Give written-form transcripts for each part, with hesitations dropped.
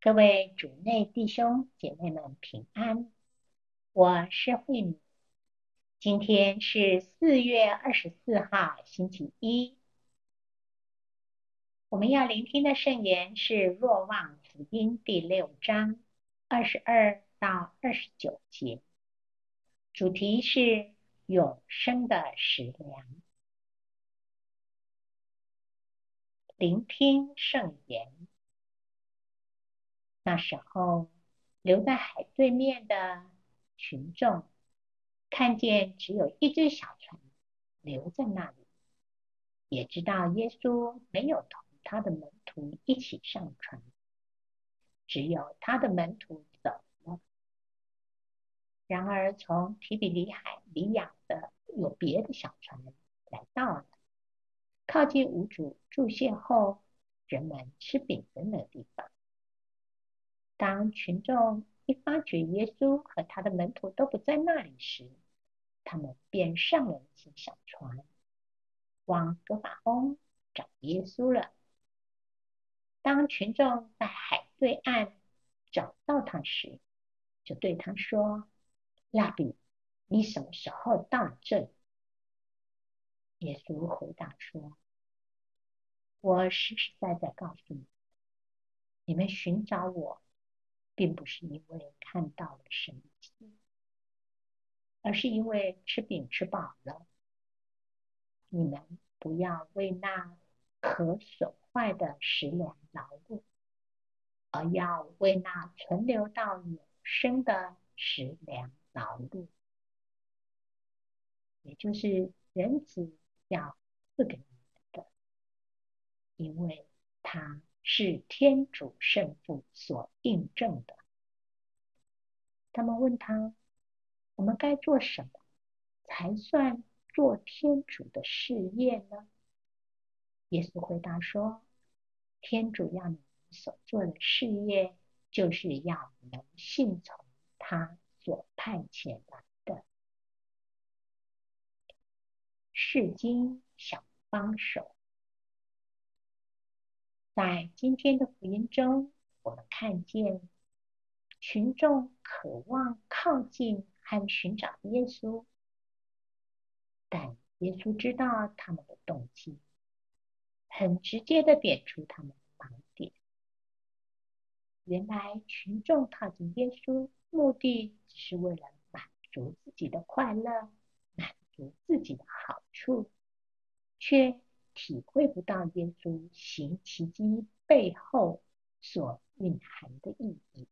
各位主内弟兄姐妹们平安，我是慧敏。今天是4月24号，星期一。我们要聆听的圣言是若望福音第6章22到29节，主题是永生的食粮。聆听圣言。那时候，留在海对面的群众看见只有一只小船留在那里，也知道耶稣没有同他的门徒一起上船，只有他的门徒走了。然而从提比里海里亚的有别的小船来到了，靠近无主注谢后，人们吃饼的那地方。当群众一发觉耶稣和他的门徒都不在那里时，他们便上了一些小船，往葛法翁找耶稣了。当群众在海对岸找到他时，就对他说：拉比，你什么时候到了这里？耶稣回答说：我实实在在告诉你，你们寻找我，并不是因为看到了神迹，而是因为吃饼吃饱了。你们不要为那可损坏的食粮劳碌，而要为那存留到永生的食粮劳碌，也就是人子要赐给你们的，因为他是天主圣父所印证的。他们问他：我们该做什么才算做天主的事业呢？耶稣回答说：天主要你们所做的事业，就是要能信从他所派遣来的。释经小帮手。在今天的福音中，我们看见群众渴望靠近和寻找耶稣，但耶稣知道他们的动机，很直接地点出他们的盲点。原来群众靠近耶稣，目的只是为了满足自己的快乐，满足自己的好处，却体会不到耶稣行奇迹背后所蕴含的意义。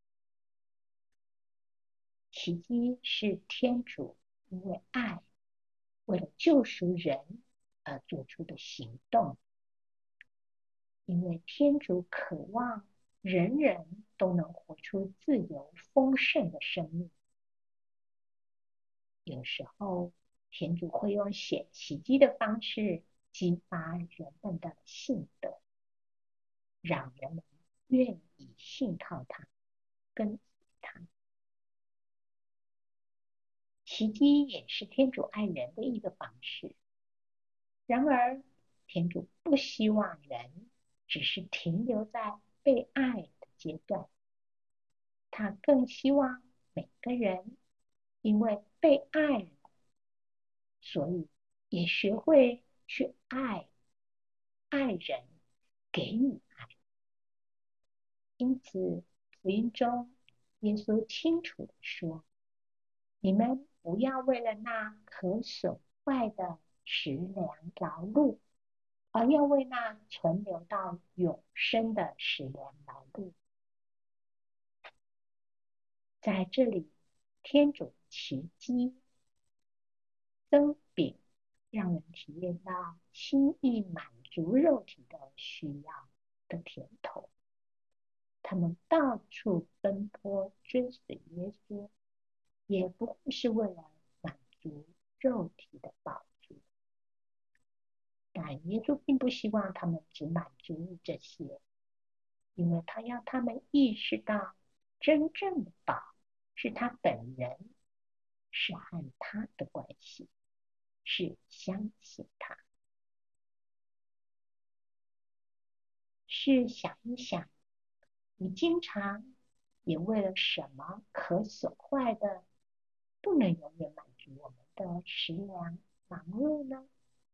奇迹是天主因为爱，为了救赎人而做出的行动。因为天主渴望人人都能活出自由丰盛的生命。有时候，天主会用显奇迹的方式激发人们的信德，让人们愿意信靠他，跟随他。奇迹也是天主爱人的一个方式。然而，天主不希望人只是停留在被爱的阶段，他更希望每个人因为被爱了，所以也学会去爱人，给予爱。因此，福音中耶稣清楚地说：你们不要为了那可损坏的食粮劳碌，而要为那存留到永生的食粮劳碌。在这里，天主奇迹增饼，让人体验到心意满足肉体的需要的甜头。他们到处奔波追随耶稣，也不过是为了满足肉体的饱足。但耶稣并不希望他们只满足于这些，因为他要他们意识到，真正的饱是他本人，是和他的关系，是相信他。试想一想， 你经常也为了什么可损坏的，不能永远满足我们的食粮忙碌呢？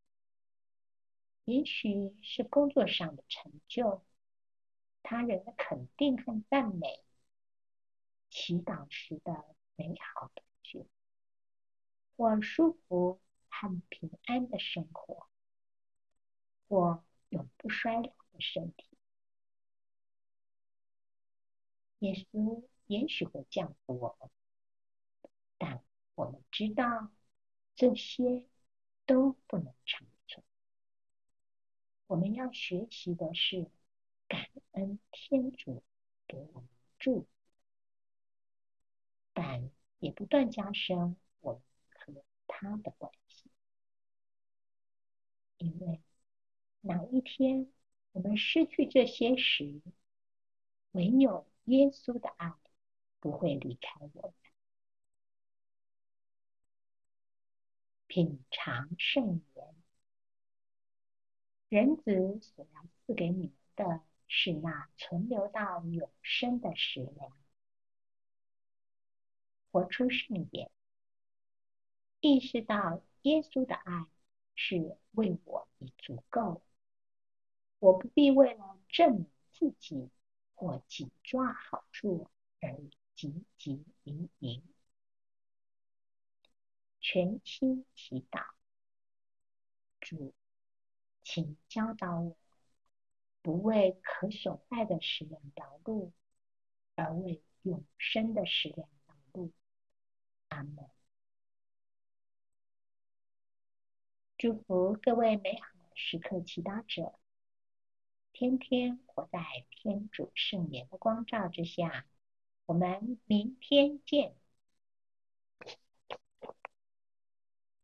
也许是工作上的成就，他人的肯定和赞美，祈祷时的美好感觉，或舒服和平安的生活，或永不衰老的身体。耶稣也许会降福我们，但我们知道这些都不能长存。我们要学习的是感恩天主给我们的祝福，但也不断加深我们和他的关系。因为哪一天我们失去这些时，唯有耶稣的爱不会离开我们。品尝圣言，人子所要赐给你们的是那存留到永生的食粮。活出圣言，意识到耶稣的爱是为我已足够，我不必为了证明自己或紧抓好处而汲汲营营。全心祈祷，主，请教导我，不为可损害的食粮劳碌，而为永生的食粮劳碌。阿们。祝福各位美好时刻祈祷者，天天活在天主圣言的光照之下。我们明天见。